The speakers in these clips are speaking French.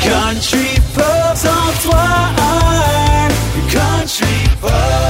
Country Pop 103.1 Country Pop.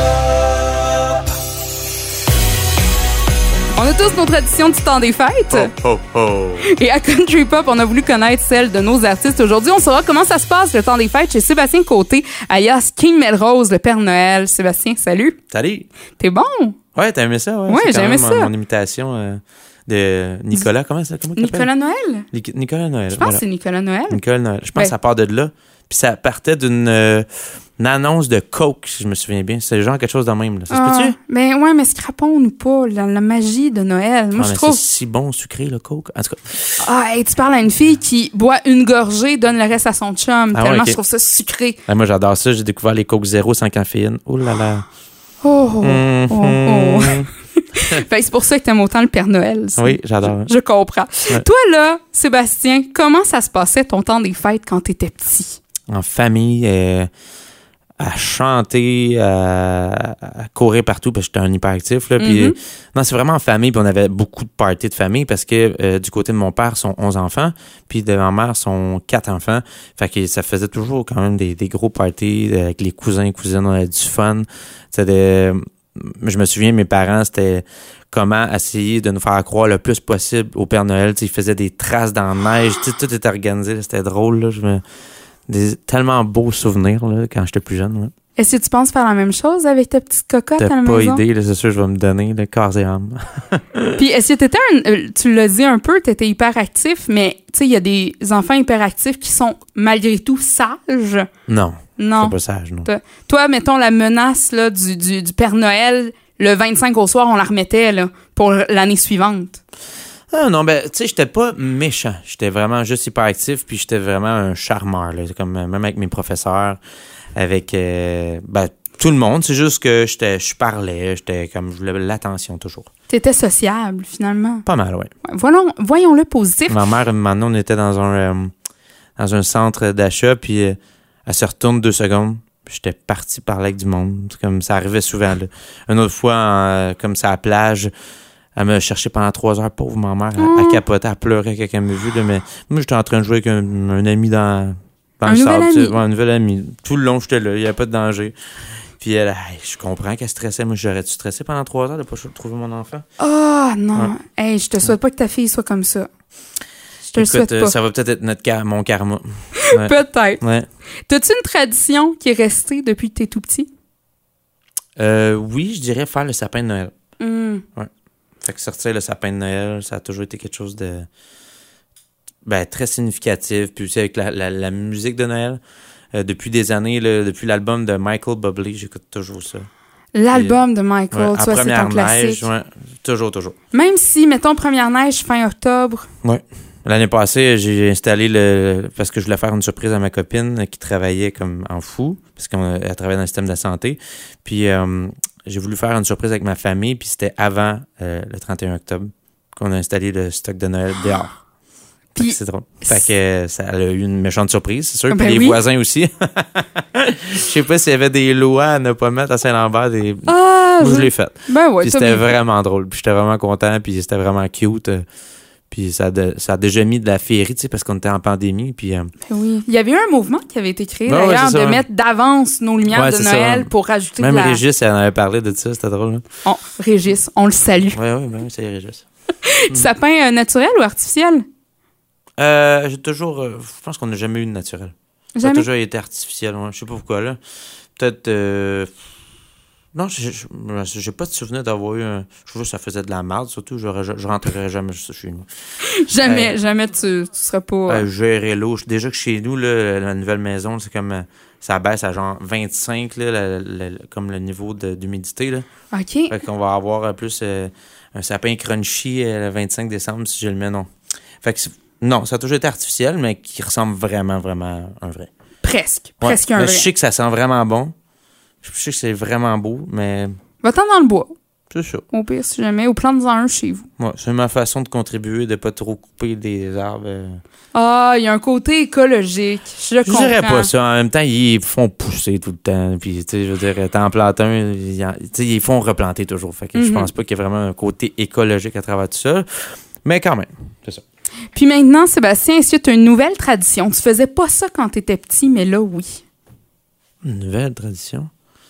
On a tous nos traditions du temps des fêtes. Oh, oh, oh. Et à Country Pop, on a voulu connaître celle de nos artistes. Aujourd'hui, on saura comment ça se passe le temps des fêtes chez Sébastien Côté, alias King Melrose, le Père Noël. Sébastien, salut. Salut. T'es bon? Ouais, t'as aimé ça? Ouais, j'ai aimé ça. Mon imitation de Nicolas. Comment Nicolas Noël? Nicolas Noël. Je pense que c'est Nicolas Noël. Nicolas Noël. Je pense que ça part de là. Puis ça partait d'une annonce de Coke, si je me souviens bien. C'est genre quelque chose de même. Là. Ça se peut-tu? Ben ouais, mais scrapons-nous pas la magie de Noël. Moi, je trouve... C'est si bon sucré, le Coke. En tout cas... Ah, hey, tu parles à une fille qui boit une gorgée, donne le reste à son chum. Tellement ouais, okay. Je trouve ça sucré. Ah, moi, j'adore ça. J'ai découvert les Coke Zéro sans caféine. Oh là là. Oh. Fait c'est pour ça que t'aimes autant le Père Noël. Ça. Oui, j'adore. Je comprends. Ouais. Toi, là, Sébastien, comment ça se passait ton temps des fêtes quand t'étais petit? En famille, à chanter, à courir partout, parce que j'étais un hyperactif. Là, puis, non, c'est vraiment en famille, puis on avait beaucoup de parties de famille, parce que du côté de mon père, sont 11 enfants, puis de ma mère, sont 4 enfants. Fait que ça faisait toujours quand même des gros parties avec les cousins et cousines, on avait du fun. Je me souviens, mes parents, c'était comment essayer de nous faire croire le plus possible au Père Noël. T'sais, ils faisaient des traces dans la neige, tout était organisé, là, c'était drôle. Là, des tellement beaux souvenirs là, quand j'étais plus jeune. Là. Est-ce que tu penses faire la même chose avec ta petite cocotte à la maison? T'as pas idée, là, c'est sûr, je vais me donner le corps et âme. Puis est-ce que t'étais tu l'as dit un peu, t'étais hyperactif, mais tu sais, il y a des enfants hyperactifs qui sont malgré tout sages. Non. Non. C'est pas sage, non. Toi, mettons la menace là, du Père Noël, le 25 au soir, on la remettait là, pour l'année suivante. Ah non, ben, tu sais, j'étais pas méchant. J'étais vraiment juste hyperactif, puis j'étais vraiment un charmeur, là, comme même avec mes professeurs, avec tout le monde. C'est juste que je parlais, j'étais comme, je voulais l'attention toujours. T'étais sociable, finalement. Pas mal, ouais. Voyons le positif. Ma mère, maintenant, on était dans un centre d'achat, puis elle se retourne 2 secondes. J'étais parti parler avec du monde. Comme ça arrivait souvent. Là. Une autre fois, comme ça à la plage, elle m'a cherché pendant 3 heures. Pauvre ma mère, elle capotait, elle pleurait quand elle m'a vu. Là, mais moi, j'étais en train de jouer avec un ami dans le sable. Un nouvel ami. Tout le long, j'étais là. Il n'y avait pas de danger. Puis elle, je comprends qu'elle stressait. Moi, j'aurais-tu stressé pendant 3 heures de pas trouver mon enfant? Oh non. Ouais. Hey, je te souhaite pas que ta fille soit comme ça. Je te le souhaite pas. Ça va peut-être être mon karma. Ouais. Peut-être. Ouais. T'as-tu une tradition qui est restée depuis que t'es tout petit? Oui, je dirais faire le sapin de Noël. Ouais. Fait que sortir le sapin de Noël, ça a toujours été quelque chose de très significatif. Puis aussi avec la musique de Noël. Depuis des années, là, depuis l'album de Michael Bublé, j'écoute toujours ça. L'album de Michael, ouais, tu vois, c'est ton classique. Neige, ouais, toujours. Même si, mettons, première neige fin octobre. Oui. L'année passée, j'ai installé parce que je voulais faire une surprise à ma copine qui travaillait comme en fou, parce qu'elle travaillait dans le système de la santé. Puis j'ai voulu faire une surprise avec ma famille, puis c'était avant le 31 octobre qu'on a installé le stock de Noël dehors. Puis, c'est drôle. Fait que ça a eu une méchante surprise, c'est sûr. Ben puis les voisins aussi. Je sais pas s'il y avait des lois à ne pas mettre à Saint-Lambert. Moi, je l'ai fait. Ben ouais, puis c'était vraiment drôle. Puis j'étais vraiment content. Puis c'était vraiment cute. Puis ça a déjà mis de la féerie, tu sais, parce qu'on était en pandémie. Puis, oui. Il y avait eu un mouvement qui avait été créé, d'ailleurs, de mettre d'avance nos lumières de Noël ça. Pour rajouter même Régis, elle en avait parlé de ça. C'était drôle. Régis, on le salue. Oui, c'est Régis. Sapin naturel ou artificiel? J'ai toujours... je pense qu'on n'a jamais eu de naturel. Jamais? Ça a toujours été artificiel. Ouais. Je sais pas pourquoi, là. Peut-être... Non, j'ai pas de souvenir d'avoir eu un... Je trouve que ça faisait de la merde, surtout. Je rentrerais jamais chez nous. Jamais tu serais pas... Gérer l'eau. Déjà que chez nous, là, la nouvelle maison, c'est comme... ça baisse à genre 25, là, comme le niveau d'humidité, là. OK. Fait qu'on va avoir plus un sapin crunchy le 25 décembre, si je le mets, non. Fait que... Non, ça a toujours été artificiel, mais qui ressemble vraiment, vraiment à un vrai. Presque un mais vrai. Je sais que ça sent vraiment bon. Je sais que c'est vraiment beau, mais... Va-t'en dans le bois. C'est ça. Au pire, si jamais. Ou plante-en un chez vous. Ouais, c'est ma façon de contribuer, de ne pas trop couper des arbres. Ah, il y a un côté écologique. Je comprends. Je dirais pas ça. En même temps, ils font pousser tout le temps. Puis, tu sais, je veux dire, t'en plantes un, ils font replanter toujours. Fait que je pense pas qu'il y ait vraiment un côté écologique à travers tout ça. Mais quand même, c'est ça. Puis maintenant, Sébastien, est-ce que tu as une nouvelle tradition? Tu faisais pas ça quand tu étais petit, mais là, oui. Une nouvelle tradition?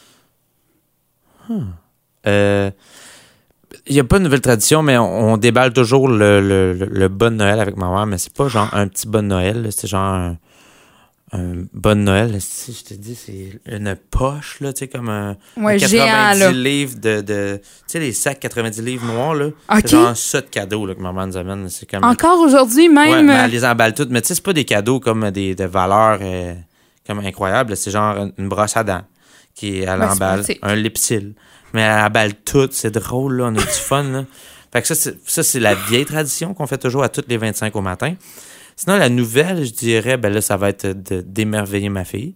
Il n'y a pas de nouvelle tradition, mais on déballe toujours le bon de Noël avec ma mère, mais c'est pas genre un petit bon de Noël, là, c'est genre un bon de Noël. Là, si je te dis, c'est une poche, là, tu sais, comme un 90 géant, là. livres de tu sais, les sacs 90 livres noirs, là. OK. C'est genre ça de cadeaux là, que ma mère nous amène. C'est comme, Encore aujourd'hui, même... ouais, mais elle les emballe toutes, mais tu sais, c'est pas des cadeaux comme de valeur comme incroyable. C'est genre une brosse à dents qui elle Ben, c'est emballe, pratique. un lipsil. Mais elle emballe tout, c'est drôle, là, on a du fun, là. Fait que ça, c'est la vieille tradition qu'on fait toujours à toutes les 25 au matin. Sinon, la nouvelle, je dirais, ben là, ça va être d'émerveiller ma fille.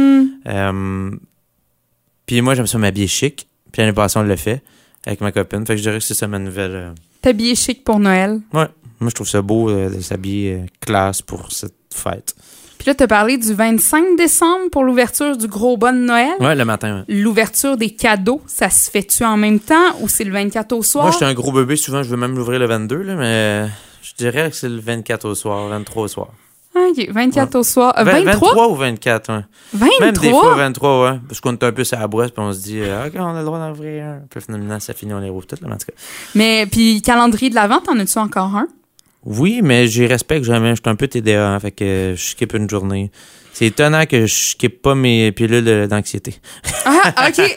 Puis moi, j'aime ça m'habiller chic. Puis l'année passée, on l'a fait avec ma copine. Fait que je dirais que c'est ça ma nouvelle. T'habiller chic pour Noël. Ouais, moi, je trouve ça beau de s'habiller classe pour cette fête. Puis là, t'as parlé du 25 décembre pour l'ouverture du gros bon de Noël. Ouais, le matin, ouais. L'ouverture des cadeaux, ça se fait-tu en même temps ou c'est le 24 au soir? Moi, j'étais un gros bébé. Souvent, je veux même l'ouvrir le 22, là, mais je dirais que c'est le 24 au soir, 23 au soir. OK, 24 au soir. 23 23? ou 24, ouais. 23? Même des fois 23, ouais. Parce qu'on est un peu sur la brosse, puis on se dit, OK, on a le droit d'en ouvrir un. Puis finalement, ça finit, on les rouvre toutes, là, mais en tout cas. Mais puis calendrier de l'Avent, t'en as-tu encore un? Oui, mais j'y respecte jamais. Je suis un peu TDA, hein, fait que je skip une journée. C'est étonnant que je skip pas mes pilules d'anxiété. Ah, OK.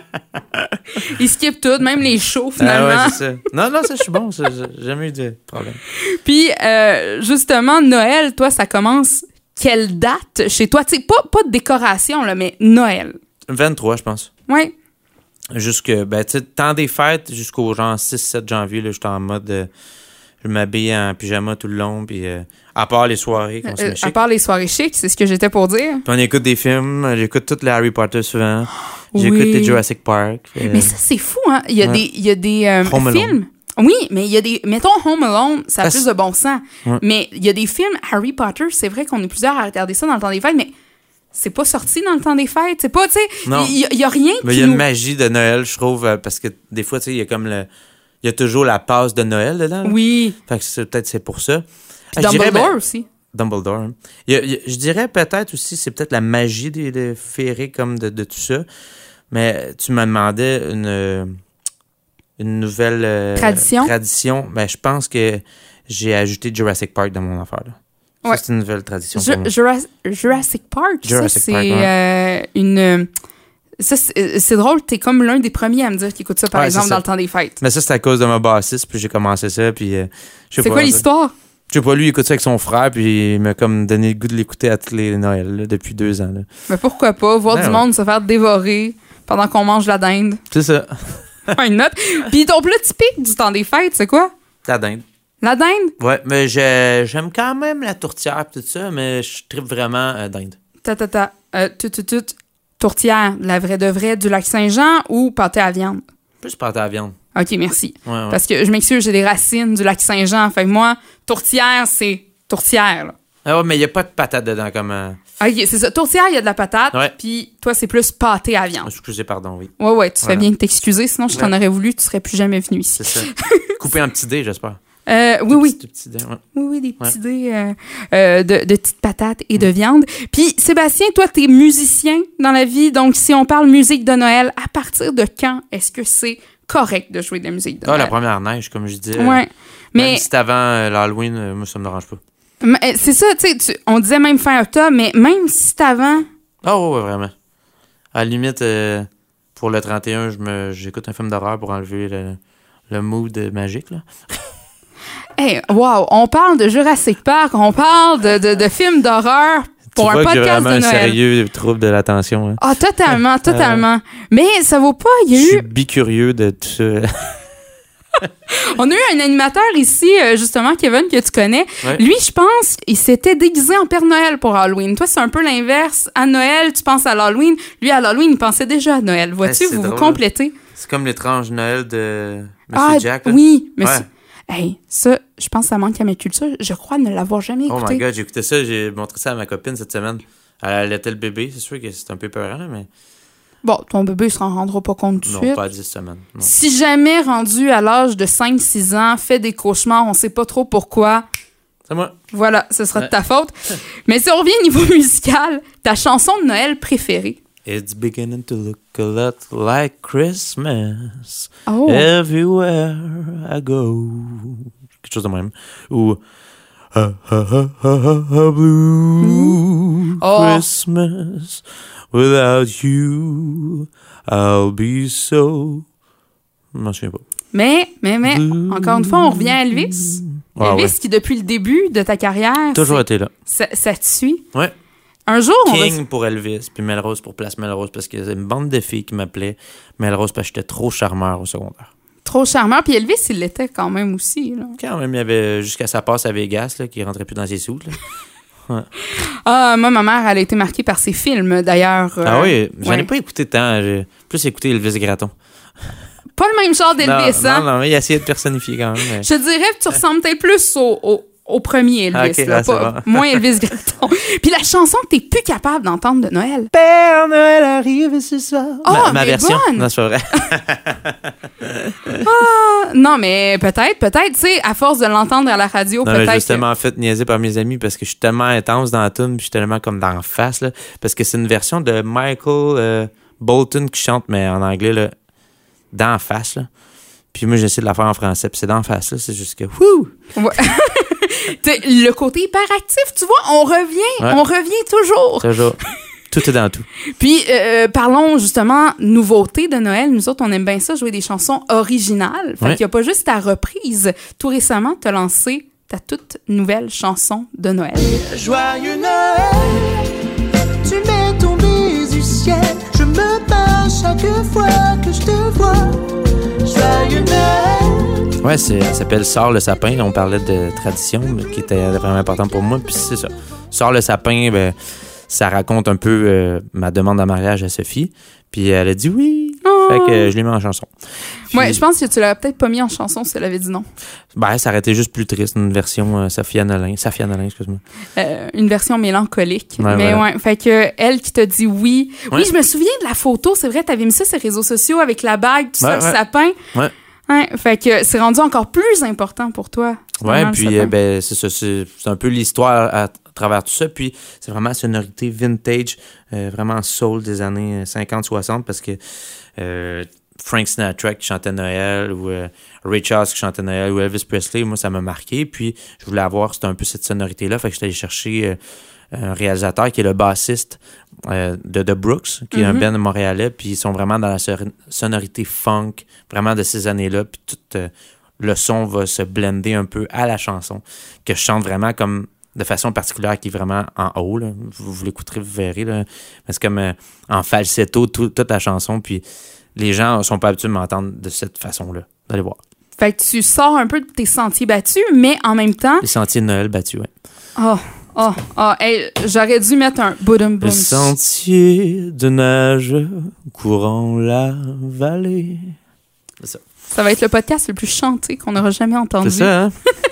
Ils skippent tout, même les shows, finalement. Ah ouais, c'est ça. Non, ça, je suis bon. J'ai jamais eu de problème. Puis, justement, Noël, toi, ça commence quelle date chez toi? Tu sais, pas de décoration, là, mais Noël. 23, je pense. Oui. Jusque, ben, tu sais, temps des fêtes jusqu'au genre 6-7 janvier, là, j'étais en mode... je m'habille en pyjama tout le long, puis à part les soirées, qu'on se met À chic. part les soirées chic, c'est ce que j'étais pour dire. Puis on écoute des films, j'écoute tous les Harry Potter souvent. J'écoute Oui. les Jurassic Park. Mais ça, c'est fou, hein? Il y a ouais. des Home Alone. films. Oui, mais il y a des... Mettons, Home Alone, ça a Ah, plus c'est- de bon sens. Ouais. Mais il y a des films Harry Potter, c'est vrai qu'on est plusieurs à regarder ça dans le temps des fêtes, mais c'est pas sorti dans le temps des fêtes. C'est pas, tu sais... Non. Il y a rien Mais qui il y a nous... une magie de Noël, je trouve, parce que des fois, tu sais, il y a comme le... Il y a toujours la passe de Noël dedans. là. Oui. Fait que peut-être c'est pour ça. Puis Je dirais, Dumbledore ben, aussi. Dumbledore. Hein. Je dirais peut-être aussi, c'est peut-être la magie des féeriques comme de tout ça. Mais tu me demandais une nouvelle tradition. Ben, je pense que j'ai ajouté Jurassic Park dans mon affaire. Là. Ça, Ouais. c'est une nouvelle tradition pour moi. Jurassic Park, Jurassic ça, Park, c'est une... Ça, c'est drôle, t'es comme l'un des premiers à me dire qu'il écoute ça, par Ouais, exemple, c'est ça. dans le temps des fêtes. Mais ça, c'est à cause de ma bassiste, puis j'ai commencé ça, puis je sais C'est pas, quoi l'histoire? Je sais pas, lui, il écoute ça avec son frère, puis il m'a comme donné le goût de l'écouter à tous les Noëls, là, depuis 2 ans. Là. Mais pourquoi pas? Voir Ben du ouais. monde se faire dévorer pendant qu'on mange la dinde. C'est ça. Une note. Puis ton plat typique du temps des fêtes, c'est quoi? La dinde. La dinde? Ouais, mais j'aime quand même la tourtière et tout ça, mais je tripe vraiment dinde. Tourtière, la vraie de vraie du lac Saint-Jean ou pâté à viande? Plus pâté à viande. OK, merci. Ouais. Parce que je m'excuse, j'ai des racines du lac Saint-Jean. Fait que moi, tourtière, c'est tourtière, là. Ah ouais, mais il n'y a pas de patate dedans comme... OK, c'est ça. Tourtière, il y a de la patate. Ouais. Puis toi, c'est plus pâté à viande. Excusez, pardon, oui. Ouais, tu fais Voilà. bien de t'excuser. Sinon, je t'en aurais voulu, tu serais plus jamais venu ici. C'est ça. Coupé en petits dés, j'espère. Oui. Des petits dés, ouais. Oui, des petits dés de petites patates et de viande. Puis, Sébastien, toi, t'es musicien dans la vie. Donc, si on parle musique de Noël, à partir de quand est-ce que c'est correct de jouer de la musique de Ah, Noël? la première neige, comme je dis. Ouais. Mais Même si c'est avant l'Halloween, moi, ça me dérange pas. c'est ça, tu sais, on disait même fin octobre, mais même si c'est avant... Ah ouais, vraiment. À la limite, pour le 31, j'écoute un film d'horreur pour enlever le mood magique, là. Hey, wow, on parle de Jurassic Park, on parle de films d'horreur pour tu un vois que j'ai podcast vraiment de un Noël. sérieux trouble de l'attention. Hein. Ah, totalement. Mais ça vaut pas, il y Je a suis eu... bicurieux de tout ça. On a eu un animateur ici, justement, Kevin, que tu connais. Ouais. Lui, je pense, il s'était déguisé en Père Noël pour Halloween. Toi, c'est un peu l'inverse. À Noël, tu penses à l'Halloween. Lui, à l'Halloween, il pensait déjà à Noël. Vois-tu, c'est vous drôle, complétez. C'est comme l'étrange Noël de Monsieur Jack. Là. oui, mais Ouais. hey, ça, je pense que ça manque à ma culture. Je crois ne l'avoir jamais Oh écouté. my god, j'ai écouté ça, j'ai montré ça à ma copine cette semaine. Elle allaitait le bébé, c'est sûr que c'est un peu peurant, là, mais Bon, ton bébé, il se rendra pas compte tout de non, suite. pas à 10 semaines. Non. Si jamais rendu à l'âge de 5-6 ans, fait des cauchemars, on sait pas trop pourquoi, C'est moi. Voilà, ce sera de ta faute. Mais si on revient au niveau musical, ta chanson de Noël préférée? It's beginning to look a lot like Christmas Oh. everywhere I go. Quelque chose de même. Ou blue Oh. Christmas without you I'll be so... Je m'en souviens pas. Mais, encore une fois, on revient à Elvis. Ah, Elvis ouais. qui, depuis le début de ta carrière, Toujours été là. ça te suit. Ouais. Un jour, on va... King pour Elvis, puis Melrose pour Place Melrose, parce qu'il y avait une bande de filles qui m'appelaient Melrose parce que j'étais trop charmeur au secondaire. Trop charmeur. Puis Elvis, il l'était quand même aussi. Là. Quand même, il y avait jusqu'à sa passe à Vegas, là, qui rentrait plus dans ses sous. Ah, moi, ma mère, elle a été marquée par ses films, d'ailleurs. Ah oui, j'en ai ouais. pas écouté tant. J'ai plus écouté Elvis Gratton. Pas le même genre d'Elvis, non, hein? non, mais il a essayé de personnifier quand même. Mais... Je dirais que tu ressembles peut-être plus au premier Elvis, Ok, là, c'est pas, bon. moins Elvis Gratton. Puis la chanson que t'es plus capable d'entendre de Noël. Père Noël arrive ce soir. Oh, ma mais version. bonne! Non, c'est pas vrai. Non, mais peut-être, tu sais, à force de l'entendre à la radio, Non, mais peut-être. justement, en fait, niaisé par mes amis parce que je suis tellement intense dans la tune, puis je suis tellement comme dans la face, là, parce que c'est une version de Michael Bolton qui chante, mais en anglais, là, dans la face, là. Puis moi, j'essaie de la faire en français, puis c'est dans la face, là, c'est juste que, wouh! Ouais. T'sais, le côté hyperactif, tu vois, on revient toujours. Toujours. Tout est dans tout. Puis, parlons justement nouveauté de Noël. Nous autres, on aime bien ça, jouer des chansons originales. Fait Ouais. qu'il n'y a pas juste ta reprise. Tout récemment, tu as lancé ta toute nouvelle chanson de Noël. Joyeux Noël, tu m'es tombé du ciel. Je me bats chaque fois que je te vois. Joyeux Noël. Ouais, ça s'appelle Sors le sapin. On parlait de tradition, mais qui était vraiment important pour moi. Puis c'est ça. Sors le sapin, ben, ça raconte un peu ma demande en mariage à Sophie. Puis elle a dit oui. Oh. Fait que je l'ai mis en chanson. Puis, Ouais, je pense que tu l'aurais peut-être pas mis en chanson si elle avait dit non. ben, ça aurait été juste plus triste, une version Safia Nolin, excuse-moi. Une version mélancolique. Ouais, mais voilà. ouais, fait que elle qui t'a dit oui. Ouais. Oui, je me souviens de la photo, c'est vrai, t'avais mis ça sur les réseaux sociaux avec la bague, tout ça, Ouais, le ouais. sapin. Ouais. Ouais, fait que c'est rendu encore plus important pour toi. Ouais, finalement, le puis sapin. ben c'est ça, c'est un peu l'histoire à travers tout ça. Puis c'est vraiment sonorité vintage, vraiment soul des années 50-60 parce que Frank Sinatra qui chantait Noël ou Ray Charles qui chantait Noël ou Elvis Presley, moi ça m'a marqué. Puis je voulais avoir c'était un peu cette sonorité-là, fait que j'étais allé chercher un réalisateur qui est le bassiste de The Brooks, qui est un band montréalais, puis ils sont vraiment dans la sonorité funk, vraiment de ces années-là, puis tout le son va se blender un peu à la chanson, que je chante vraiment comme de façon particulière, qui est vraiment en haut, là. Vous l'écouterez, vous verrez, là. Mais c'est comme en falsetto, toute la chanson, puis les gens sont pas habitués de m'entendre de cette façon-là. Allez voir. Fait que tu sors un peu de tes sentiers battus, mais en même temps... Les sentiers de Noël battus, ouais. Hey, j'aurais dû mettre un boudum boum. Le sentier de neige courant la vallée. C'est ça. Ça va être le podcast le plus chanté qu'on aura jamais entendu. C'est ça, hein?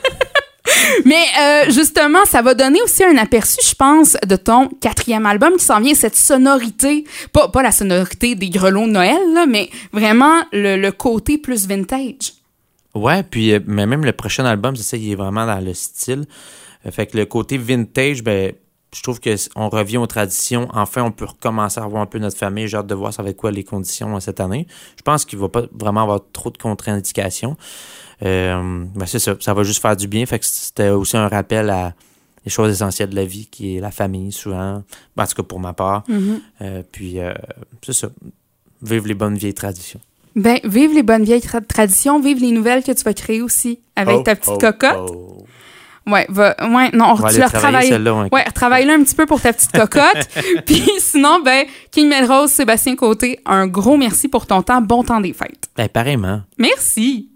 Mais justement, ça va donner aussi un aperçu, je pense, de ton 4e album qui s'en vient, cette sonorité, pas la sonorité des grelots de Noël, là, mais vraiment le côté plus vintage. Ouais, puis mais même le prochain album, c'est ça, il est vraiment dans le style. Fait que le côté vintage, ben, je trouve qu'on revient aux traditions. Enfin, on peut recommencer à revoir un peu notre famille. J'ai hâte de voir ça va être quoi les conditions cette année. Je pense qu'il va pas vraiment avoir trop de contre-indications. Ben c'est ça, ça va juste faire du bien. Fait que c'était aussi un rappel à les choses essentielles de la vie, qui est la famille, souvent. Ben, en tout cas, pour ma part. Puis, c'est ça. Vive les bonnes vieilles traditions. Ben, vive les bonnes vieilles traditions, vive les nouvelles que tu vas créer aussi avec ta petite cocotte. Ouais, non, On va tu aller la travailler retravailles. celle-là. Ouais, retravaille-la un petit peu pour ta petite cocotte. Puis sinon, ben, King Melrose, Sébastien Côté, un gros merci pour ton temps. Bon temps des fêtes. Ben, pareillement. Merci.